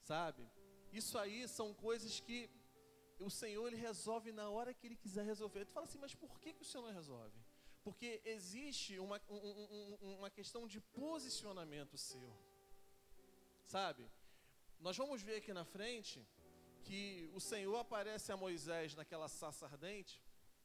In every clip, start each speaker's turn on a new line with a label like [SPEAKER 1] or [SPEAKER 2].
[SPEAKER 1] sabe? Isso aí são coisas que o Senhor, Ele resolve na hora que Ele quiser resolver. Tu fala assim, mas por que o Senhor não resolve? Porque existe uma questão de posicionamento seu, sabe? Nós vamos ver aqui na frente que o Senhor aparece a Moisés naquela sarça ardente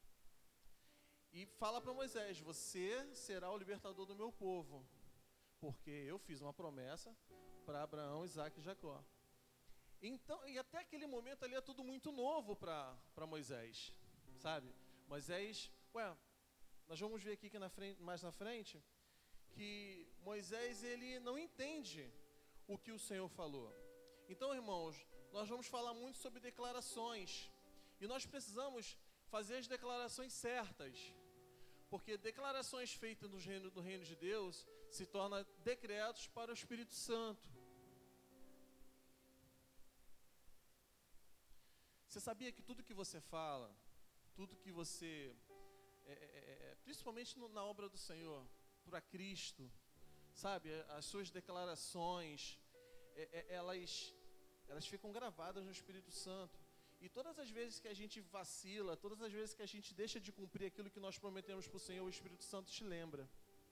[SPEAKER 1] e fala para Moisés: você será o libertador do meu povo, porque eu fiz uma promessa para Abraão, Isaque e Jacó. Então, e até aquele momento ali é tudo muito novo para Moisés, sabe? Moisés, nós vamos ver aqui que mais na frente, que Moisés, ele não entende o que o Senhor falou. Então, irmãos, nós vamos falar muito sobre declarações, e nós precisamos fazer as declarações certas, porque declarações feitas no reino de Deus se tornam decretos para o Espírito Santo. Você sabia que tudo que você fala, tudo que você, principalmente na obra do Senhor, para Cristo, sabe, as suas declarações, elas ficam gravadas no Espírito Santo. E todas as vezes que a gente vacila, todas as vezes que a gente deixa de cumprir aquilo que nós prometemos para o Senhor, o Espírito Santo te lembra.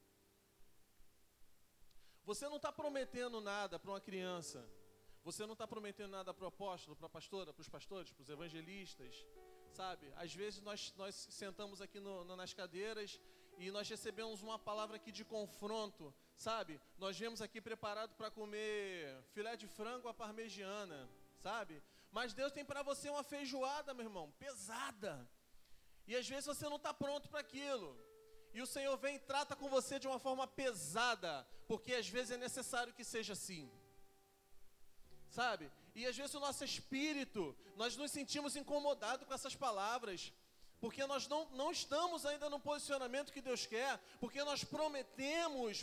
[SPEAKER 1] Você não está prometendo nada para uma criança. Você não está prometendo nada para o apóstolo, para a pastora, para os pastores, para os evangelistas, sabe? Às vezes nós sentamos aqui nas cadeiras e nós recebemos uma palavra aqui de confronto, sabe? Nós viemos aqui preparado para comer filé de frango à parmegiana, sabe? Mas Deus tem para você uma feijoada, meu irmão, pesada. E às vezes você não está pronto para aquilo. E o Senhor vem e trata com você de uma forma pesada, porque às vezes é necessário que seja assim. Sabe? E às vezes o nosso espírito, nós nos sentimos incomodados com essas palavras, porque nós não estamos ainda no posicionamento que Deus quer, porque nós prometemos.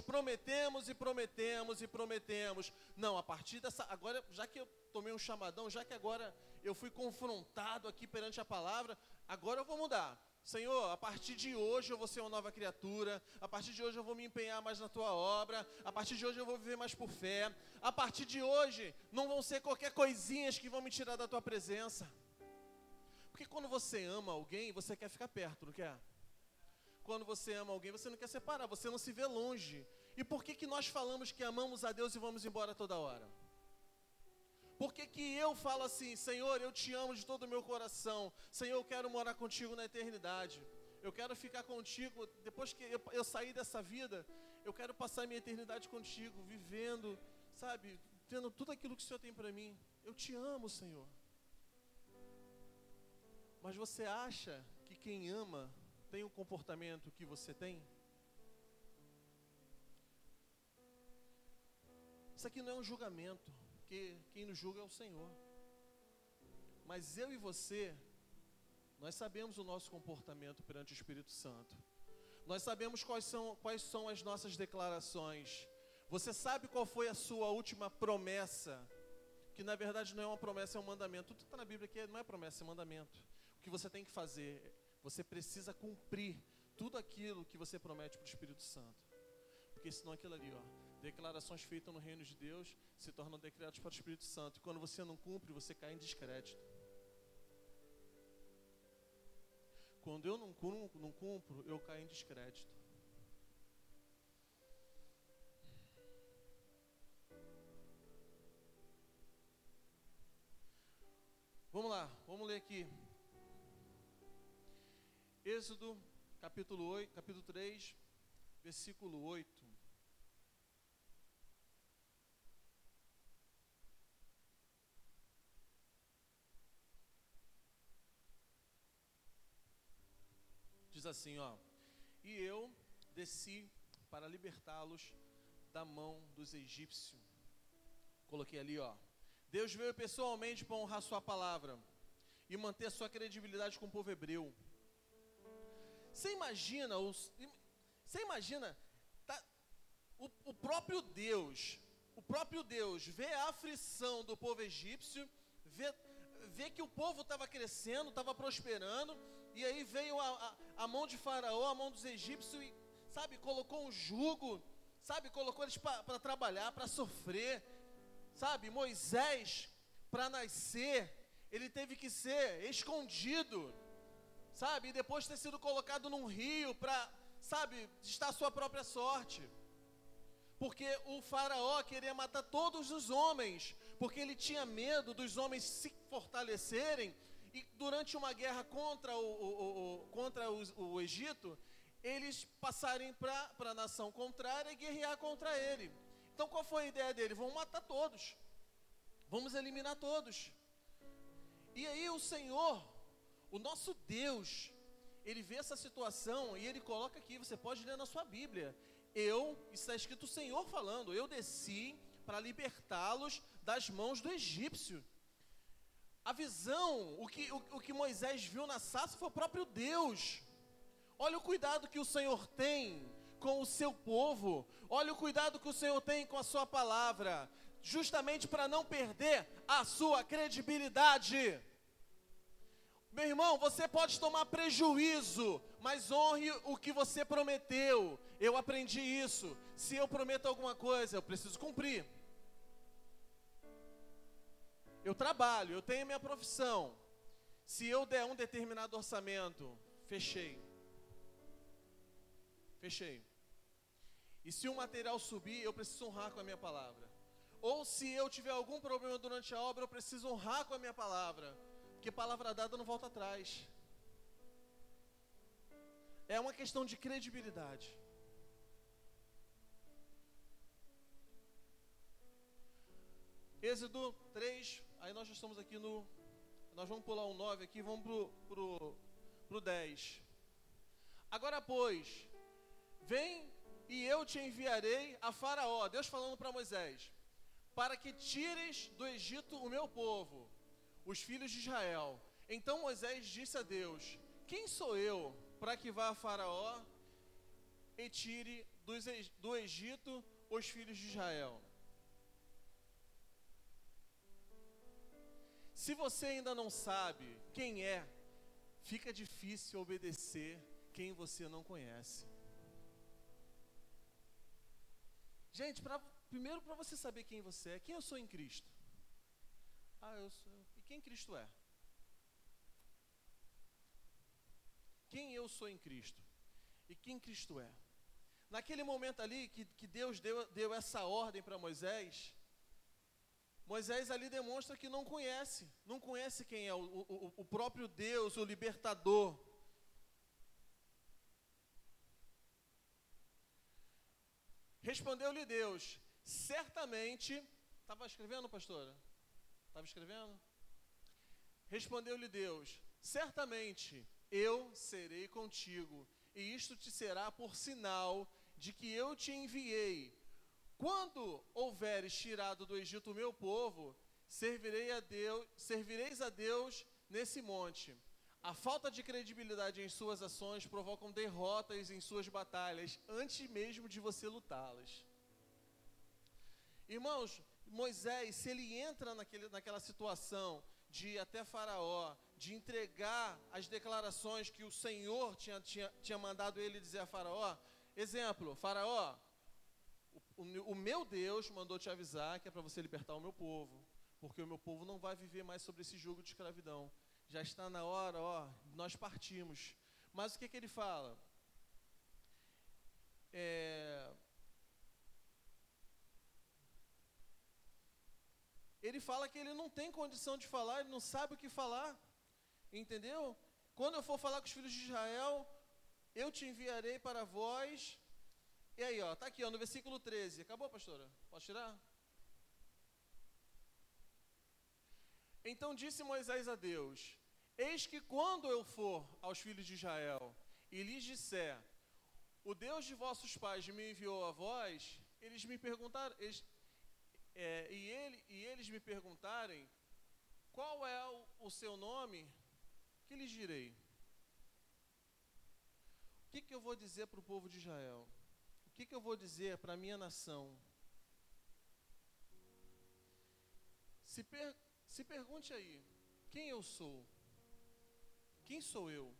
[SPEAKER 1] Não, a partir dessa, agora, já que eu tomei um chamadão, já que agora eu fui confrontado aqui perante a palavra, agora eu vou mudar. Senhor, a partir de hoje eu vou ser uma nova criatura, a partir de hoje eu vou me empenhar mais na tua obra, a partir de hoje eu vou viver mais por fé, a partir de hoje não vão ser qualquer coisinhas que vão me tirar da tua presença. Porque quando você ama alguém, você quer ficar perto, não quer? Quando você ama alguém, você não quer separar, você não se vê longe. E por que nós falamos que amamos a Deus e vamos embora toda hora? Por que eu falo assim: Senhor, eu te amo de todo o meu coração, Senhor, eu quero morar contigo na eternidade, eu quero ficar contigo, depois que eu sair dessa vida, eu quero passar a minha eternidade contigo, vivendo, sabe, tendo tudo aquilo que o Senhor tem para mim. Eu te amo, Senhor. Mas você acha que quem ama tem o comportamento que você tem? Isso aqui não é um julgamento, porque quem nos julga é o Senhor. Mas eu e você, nós sabemos o nosso comportamento perante o Espírito Santo. Nós sabemos quais são as nossas declarações. Você sabe qual foi a sua última promessa? Que na verdade não é uma promessa, é um mandamento. Tudo que está na Bíblia aqui não é promessa, é mandamento. O que você tem que fazer, você precisa cumprir tudo aquilo que você promete para o Espírito Santo. Porque senão aquilo ali, declarações feitas no reino de Deus se tornam decretos para o Espírito Santo. E quando você não cumpre, você cai em descrédito. Quando eu não cumpro, eu caio em descrédito. Vamos lá, vamos ler aqui. Êxodo, capítulo 3, versículo 8. Diz assim, e eu desci para libertá-los da mão dos egípcios. Coloquei ali, Deus veio pessoalmente para honrar sua palavra e manter sua credibilidade com o povo hebreu. Você imagina o próprio Deus vê a aflição do povo egípcio, vê que o povo estava crescendo, estava prosperando, e aí veio a mão de Faraó, a mão dos egípcios, e, sabe, colocou um jugo, sabe, colocou eles para trabalhar, para sofrer, sabe. Moisés, para nascer, ele teve que ser escondido, sabe? E depois ter sido colocado num rio para, sabe, estar à sua própria sorte. Porque o faraó queria matar todos os homens, porque ele tinha medo dos homens se fortalecerem e durante uma guerra contra o Egito, eles passarem para a nação contrária e guerrear contra ele. Então qual foi a ideia dele? Vamos matar todos, vamos eliminar todos. E aí o Senhor, o nosso Deus, ele vê essa situação e ele coloca aqui, você pode ler na sua Bíblia, está escrito o Senhor falando, eu desci para libertá-los das mãos do egípcio. A visão, o que Moisés viu na sarça foi o próprio Deus. Olha o cuidado que o Senhor tem com o seu povo, olha o cuidado que o Senhor tem com a sua palavra, justamente para não perder a sua credibilidade. Meu irmão, você pode tomar prejuízo, mas honre o que você prometeu. Eu aprendi isso. Se eu prometo alguma coisa, eu preciso cumprir. Eu trabalho, eu tenho minha profissão. Se eu der um determinado orçamento, fechei. E se o material subir, eu preciso honrar com a minha palavra. Ou se eu tiver algum problema durante a obra, eu preciso honrar com a minha palavra. Porque palavra dada não volta atrás. É uma questão de credibilidade. Êxodo 3, aí nós já estamos aqui nós vamos pular o 9 aqui, vamos pro 10. Agora, pois, vem e eu te enviarei a Faraó, Deus falando para Moisés, para que tires do Egito o meu povo, os filhos de Israel. Então Moisés disse a Deus, quem sou eu para que vá a Faraó e tire do Egito os filhos de Israel? Se você ainda não sabe quem é, fica difícil obedecer quem você não conhece. Gente, primeiro para você saber quem você é, quem eu sou em Cristo? Eu sou. E quem Cristo é? Quem eu sou em Cristo? E quem Cristo é? Naquele momento ali que Deus deu essa ordem para Moisés, Moisés ali demonstra que não conhece quem é o próprio Deus, o libertador. Respondeu-lhe Deus, certamente, estava escrevendo, pastora? Estava escrevendo? Respondeu-lhe Deus, certamente eu serei contigo, e isto te será por sinal de que eu te enviei. Quando houveres tirado do Egito o meu povo, servireis a Deus nesse monte. A falta de credibilidade em suas ações provocam derrotas em suas batalhas, antes mesmo de você lutá-las. Irmãos, Moisés, se ele entra naquela situação de ir até Faraó, de entregar as declarações que o Senhor tinha mandado ele dizer a Faraó, exemplo, Faraó, o meu Deus mandou te avisar que é para você libertar o meu povo, porque o meu povo não vai viver mais sobre esse jugo de escravidão. Já está na hora, nós partimos. Mas o que ele fala? Ele fala que ele não tem condição de falar, ele não sabe o que falar. Entendeu? Quando eu for falar com os filhos de Israel, eu te enviarei para vós. E aí, está aqui, no versículo 13. Acabou, pastora? Pode tirar? Então disse Moisés a Deus, eis que quando eu for aos filhos de Israel e lhes disser, o Deus de vossos pais me enviou a vós, eles me perguntaram, eles me perguntarem, qual é o seu nome? Que lhes direi? O que eu vou dizer para o povo de Israel? O que eu vou dizer para a minha nação? Se pergunte aí, quem eu sou? Quem sou eu?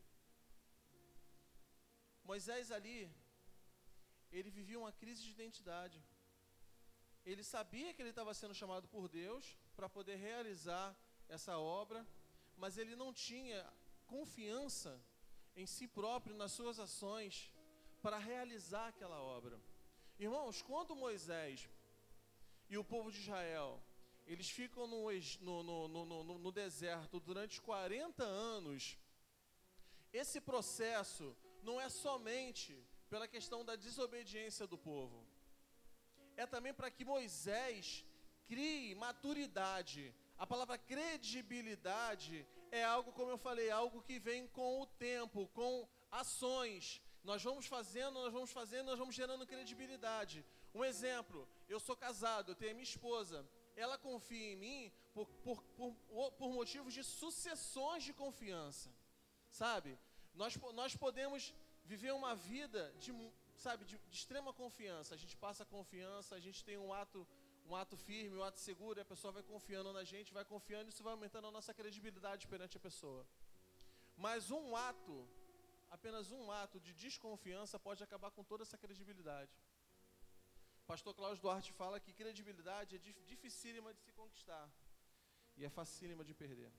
[SPEAKER 1] Moisés ali, ele vivia uma crise de identidade. ele sabia que ele estava sendo chamado por Deus para poder realizar essa obra, mas ele não tinha confiança em si próprio, nas suas ações, para realizar aquela obra. Irmãos, quando Moisés e o povo de Israel, eles ficam no deserto durante 40 anos, esse processo não é somente pela questão da desobediência do povo, é também para que Moisés crie maturidade. A palavra credibilidade é algo, como eu falei, algo que vem com o tempo, com ações. Nós vamos fazendo, nós vamos gerando credibilidade. Um exemplo, eu sou casado, eu tenho a minha esposa. Ela confia em mim por motivos de sucessões de confiança. Sabe? Nós podemos viver uma vida de extrema confiança. A gente passa confiança, a gente tem um ato firme, um ato seguro, e a pessoa vai confiando na gente, vai confiando, e isso vai aumentando a nossa credibilidade perante a pessoa. Mas apenas um ato de desconfiança pode acabar com toda essa credibilidade. O pastor Cláudio Duarte fala que credibilidade é dificílima de se conquistar e é facílima de perder.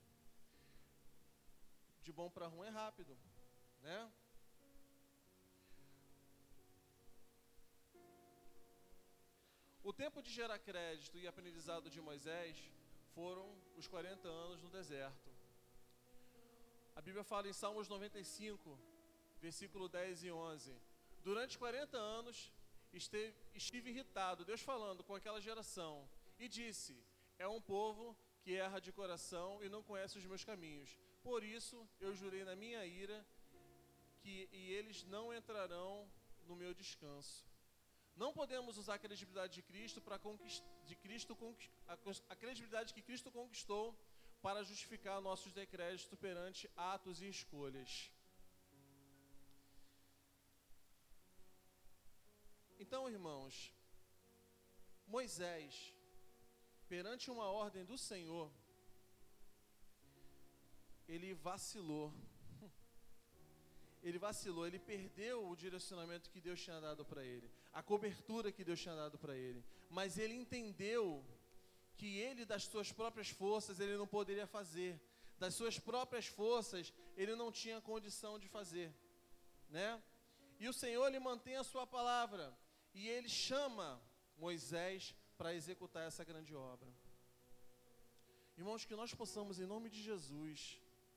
[SPEAKER 1] De bom para ruim é rápido, né? O tempo de gerar crédito e aprendizado de Moisés foram os 40 anos no deserto. A Bíblia fala em Salmos 95, versículo 10 e 11. Durante 40 anos estive irritado, Deus falando com aquela geração, e disse: é um povo que erra de coração e não conhece os meus caminhos. Por isso eu jurei na minha ira e eles não entrarão no meu descanso. Não podemos usar a credibilidade de Cristo para a credibilidade que Cristo conquistou para justificar nossos decréditos perante atos e escolhas. Então, irmãos, Moisés, perante uma ordem do Senhor, ele vacilou. Ele perdeu o direcionamento que Deus tinha dado para ele, a cobertura que Deus tinha dado para ele. Mas ele entendeu que ele, das suas próprias forças, ele não poderia fazer. Das suas próprias forças, ele não tinha condição de fazer, né? E o Senhor, ele mantém a sua palavra, e ele chama Moisés para executar essa grande obra. Irmãos, que nós possamos, em nome de Jesus,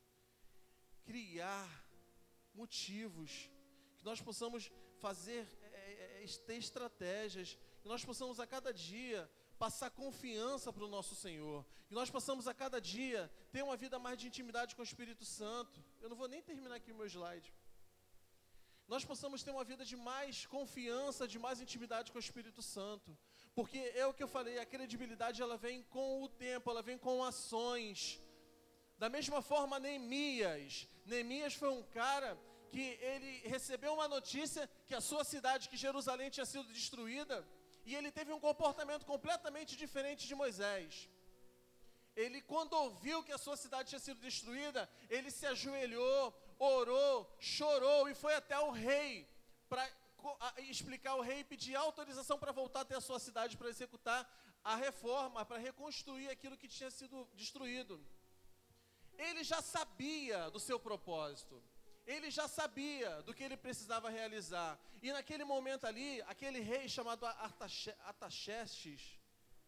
[SPEAKER 1] criar motivos, que nós possamos ter estratégias, que nós possamos a cada dia passar confiança para o nosso Senhor, que nós possamos a cada dia ter uma vida mais de intimidade com o Espírito Santo. Eu não vou nem terminar aqui o meu slide. Nós possamos ter uma vida de mais confiança, de mais intimidade com o Espírito Santo, porque é o que eu falei, a credibilidade ela vem com o tempo, ela vem com ações. Da mesma forma, Neemias foi um cara que ele recebeu uma notícia que a sua cidade, que Jerusalém, tinha sido destruída, e ele teve um comportamento completamente diferente de Moisés. Ele, quando ouviu que a sua cidade tinha sido destruída, ele se ajoelhou, orou, chorou e foi até o rei para explicar ao rei e pedir autorização para voltar até a sua cidade para executar a reforma, para reconstruir aquilo que tinha sido destruído. Ele já sabia do seu propósito, ele já sabia do que ele precisava realizar. E naquele momento ali, aquele rei chamado Artaxerxes,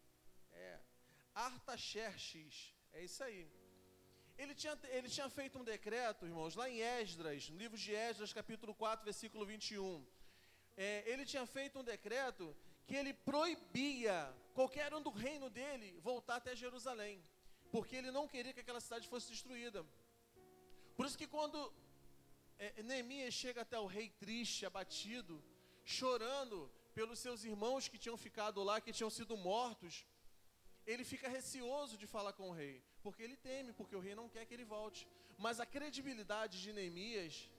[SPEAKER 1] é isso aí. Ele tinha feito um decreto, irmãos, lá em Esdras, no livro de Esdras, capítulo 4, versículo 21. Ele tinha feito um decreto que ele proibia qualquer um do reino dele voltar até Jerusalém, porque ele não queria que aquela cidade fosse destruída. Por isso que quando Neemias chega até o rei triste, abatido, chorando pelos seus irmãos que tinham ficado lá, que tinham sido mortos, ele fica receoso de falar com o rei, porque ele teme, porque o rei não quer que ele volte. Mas a credibilidade de Neemias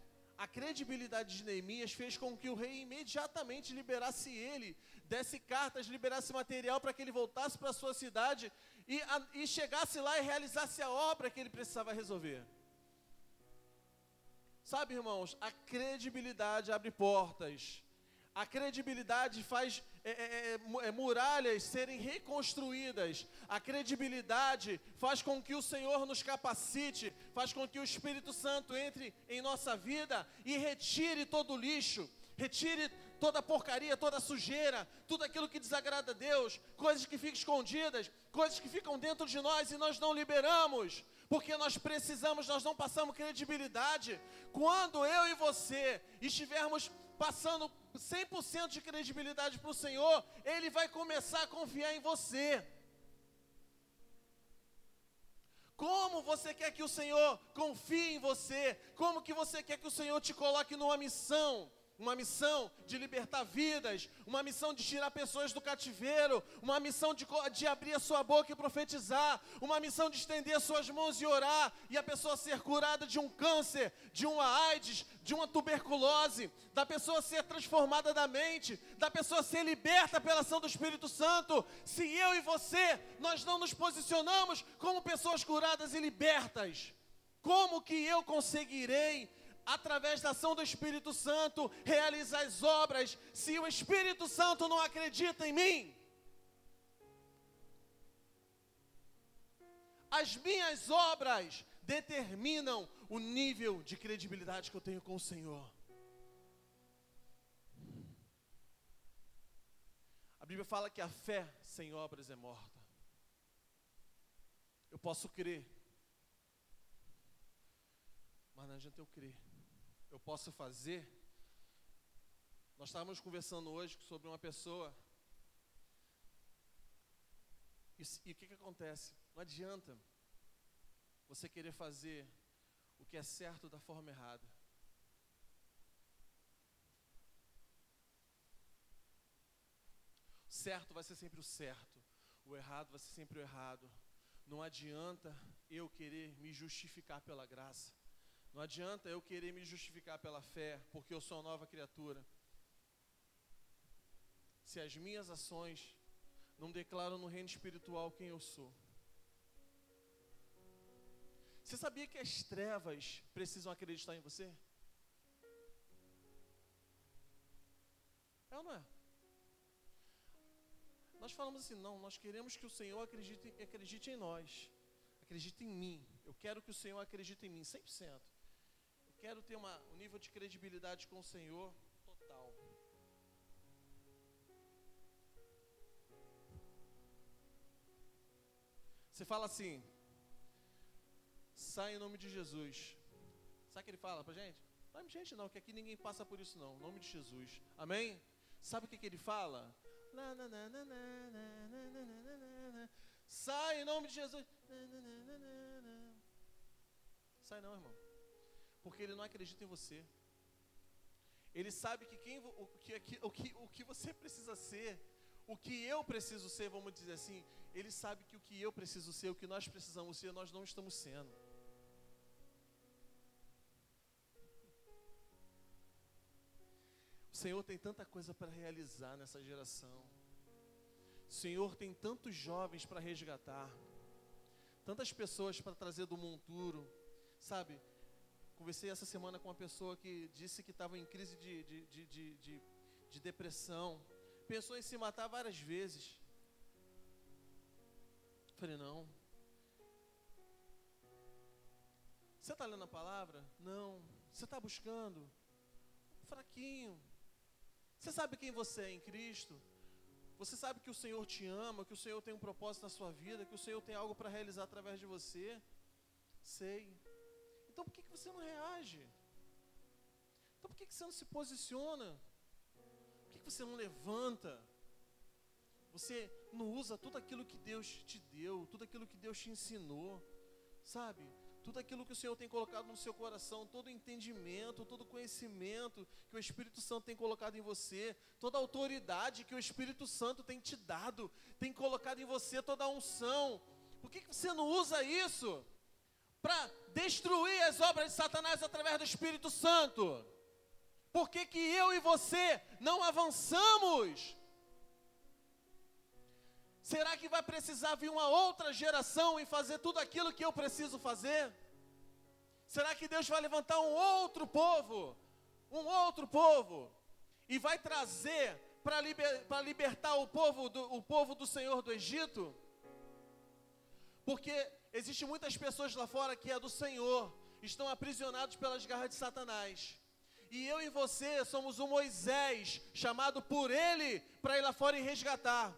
[SPEAKER 1] fez com que o rei imediatamente liberasse ele, desse cartas, liberasse material para que ele voltasse para a sua cidade e chegasse lá e realizasse a obra que ele precisava resolver. Sabe, irmãos, a credibilidade abre portas. A credibilidade faz muralhas serem reconstruídas. A credibilidade faz com que o Senhor nos capacite, faz com que o Espírito Santo entre em nossa vida e retire todo o lixo, retire toda a porcaria, toda a sujeira, tudo aquilo que desagrada a Deus, coisas que ficam escondidas, coisas que ficam dentro de nós e nós não liberamos, porque nós não passamos credibilidade. Quando eu e você estivermos passando 100% de credibilidade para o Senhor, Ele vai começar a confiar em você. Como você quer que o Senhor confie em você? Como que você quer que o Senhor te coloque numa missão? Uma missão de libertar vidas, uma missão de tirar pessoas do cativeiro, uma missão de abrir a sua boca e profetizar, uma missão de estender as suas mãos e orar, e a pessoa ser curada de um câncer, de uma AIDS, de uma tuberculose, da pessoa ser transformada da mente, da pessoa ser liberta pela ação do Espírito Santo. Se eu e você, nós não nos posicionamos como pessoas curadas e libertas, como que eu conseguirei, através da ação do Espírito Santo, realizar as obras, se o Espírito Santo não acredita em mim? As minhas obras determinam o nível de credibilidade que eu tenho com o Senhor. A Bíblia fala que a fé sem obras é morta. Eu posso crer, mas não adianta eu crer. Eu posso fazer. Nós estávamos conversando hoje sobre uma pessoa. E o que acontece? Não adianta você querer fazer o que é certo da forma errada. O certo vai ser sempre o certo. O errado vai ser sempre o errado. Não adianta eu querer me justificar pela graça. Não adianta eu querer me justificar pela fé, porque eu sou uma nova criatura, se as minhas ações não declaram no reino espiritual quem eu sou. Você sabia que as trevas precisam acreditar em você? É ou não é? Nós falamos assim, não, nós queremos que o Senhor acredite em nós, acredite em mim. Eu quero que o Senhor acredite em mim, 100%. Quero ter um nível de credibilidade com o Senhor total. Você fala assim, sai em nome de Jesus. Sabe o que ele fala pra gente? Não, gente, não, que aqui ninguém passa por isso não, em nome de Jesus. Amém? Sabe o que ele fala? Sai em nome de Jesus. Sai não, irmão. Porque ele não acredita em você. Ele sabe que o que você precisa ser, o que eu preciso ser, vamos dizer assim, ele sabe que o que eu preciso ser, o que nós precisamos ser, nós não estamos sendo. O Senhor tem tanta coisa para realizar nessa geração. O Senhor tem tantos jovens para resgatar, tantas pessoas para trazer do monturo, sabe? Conversei essa semana com uma pessoa que disse que estava em crise de depressão. Pensou em se matar várias vezes. Falei, não. Você está lendo a palavra? Não. Você está buscando? Fraquinho. Você sabe quem você é em Cristo? Você sabe que o Senhor te ama, que o Senhor tem um propósito na sua vida, que o Senhor tem algo para realizar através de você? Sei. Então por que você não reage? Então por que você não se posiciona? Por que você não levanta? Você não usa tudo aquilo que Deus te deu, tudo aquilo que Deus te ensinou, sabe? Tudo aquilo que o Senhor tem colocado no seu coração, todo o entendimento, todo o conhecimento que o Espírito Santo tem colocado em você, toda a autoridade que o Espírito Santo tem te dado, tem colocado em você, toda a unção. Por que você não usa isso para destruir as obras de Satanás através do Espírito Santo? Por que eu e você não avançamos? Será que vai precisar vir uma outra geração e fazer tudo aquilo que eu preciso fazer? Será que Deus vai levantar um outro povo? E vai trazer para libertar o povo do Senhor do Egito? Porque existem muitas pessoas lá fora que é do Senhor, estão aprisionados pelas garras de Satanás. E eu e você somos o Moisés, chamado por Ele para ir lá fora e resgatar.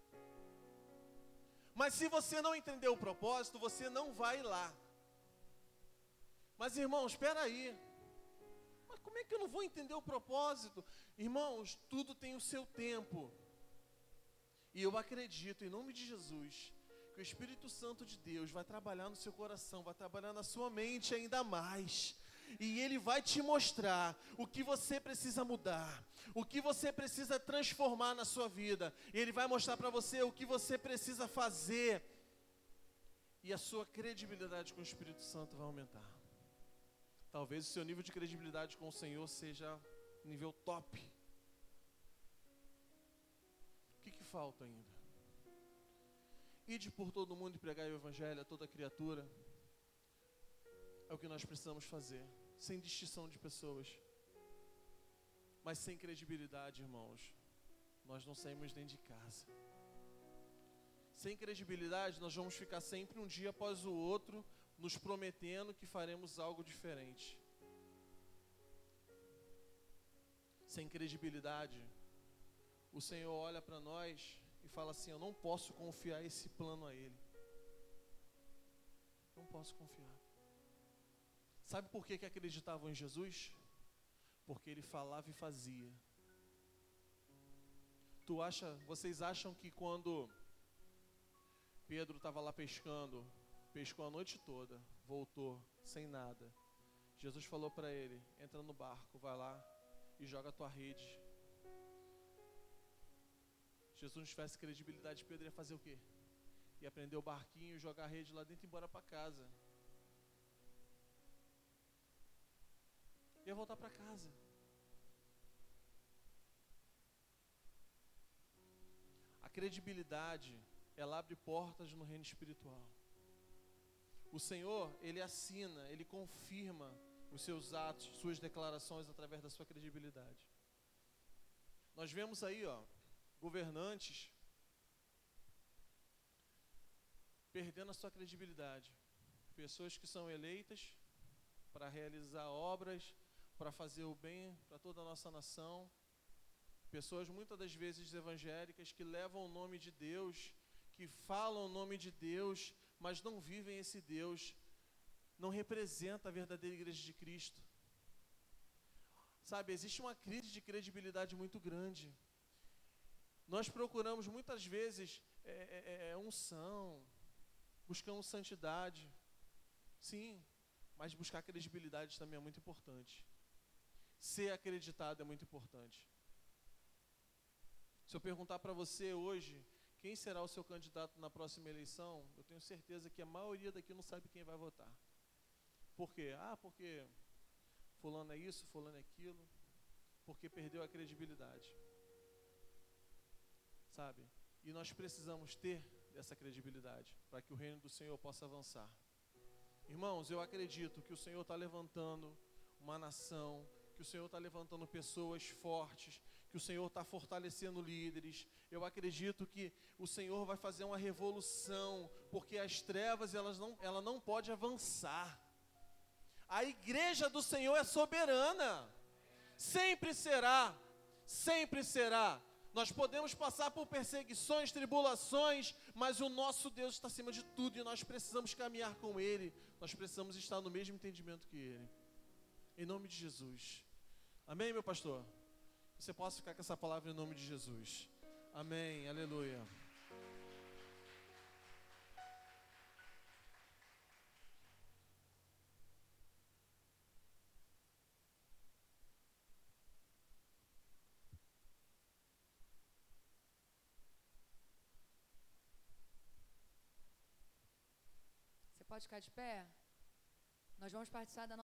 [SPEAKER 1] Mas se você não entender o propósito, você não vai lá. Mas irmãos, espera aí. Mas como é que eu não vou entender o propósito? Irmãos, tudo tem o seu tempo. E eu acredito, em nome de Jesus, que o Espírito Santo de Deus vai trabalhar no seu coração, vai trabalhar na sua mente ainda mais. E Ele vai te mostrar o que você precisa mudar, o que você precisa transformar na sua vida. E Ele vai mostrar para você o que você precisa fazer. E a sua credibilidade com o Espírito Santo vai aumentar. Talvez o seu nível de credibilidade com o Senhor seja nível top. O que falta ainda? Ide por todo mundo e pregai o Evangelho a toda criatura. É o que nós precisamos fazer, sem distinção de pessoas. Mas sem credibilidade, irmãos, nós não saímos nem de casa. Sem credibilidade, nós vamos ficar sempre um dia após o outro, nos prometendo que faremos algo diferente. Sem credibilidade, o Senhor olha para nós e fala assim: eu não posso confiar esse plano a Ele. Não posso confiar. Sabe por que acreditavam em Jesus? Porque Ele falava e fazia. Vocês acham que quando Pedro estava lá pescando, pescou a noite toda, voltou sem nada, Jesus falou para ele: entra no barco, vai lá e joga a tua rede. Jesus não tivesse credibilidade, Pedro ia fazer o quê? Ia prender o barquinho, jogar a rede lá dentro e ir embora para casa. Ia voltar para casa. A credibilidade, ela abre portas no reino espiritual. O Senhor, Ele assina, Ele confirma os seus atos, suas declarações através da sua credibilidade. Nós vemos aí, governantes perdendo a sua credibilidade. Pessoas que são eleitas para realizar obras, para fazer o bem para toda a nossa nação. Pessoas muitas das vezes evangélicas que levam o nome de Deus, que falam o nome de Deus, mas não vivem esse Deus, não representa a verdadeira igreja de Cristo. Sabe, existe uma crise de credibilidade muito grande. Nós procuramos muitas vezes unção, buscamos santidade, sim, mas buscar credibilidade também é muito importante. Ser acreditado é muito importante. Se eu perguntar para você hoje, quem será o seu candidato na próxima eleição, eu tenho certeza que a maioria daqui não sabe quem vai votar. Por quê? Porque fulano é isso, fulano é aquilo, porque perdeu a credibilidade. Sabe? E nós precisamos ter essa credibilidade para que o reino do Senhor possa avançar. Irmãos, eu acredito que o Senhor está levantando uma nação, que o Senhor está levantando pessoas fortes, que o Senhor está fortalecendo líderes. Eu acredito que o Senhor vai fazer uma revolução, porque as trevas ela não pode avançar. A igreja do Senhor é soberana, sempre será, sempre será. Nós podemos passar por perseguições, tribulações, mas o nosso Deus está acima de tudo e nós precisamos caminhar com Ele. Nós precisamos estar no mesmo entendimento que Ele. Em nome de Jesus. Amém, meu pastor? Você possa ficar com essa palavra em nome de Jesus. Amém, aleluia.
[SPEAKER 2] Você pode ficar de pé? Nós vamos participar da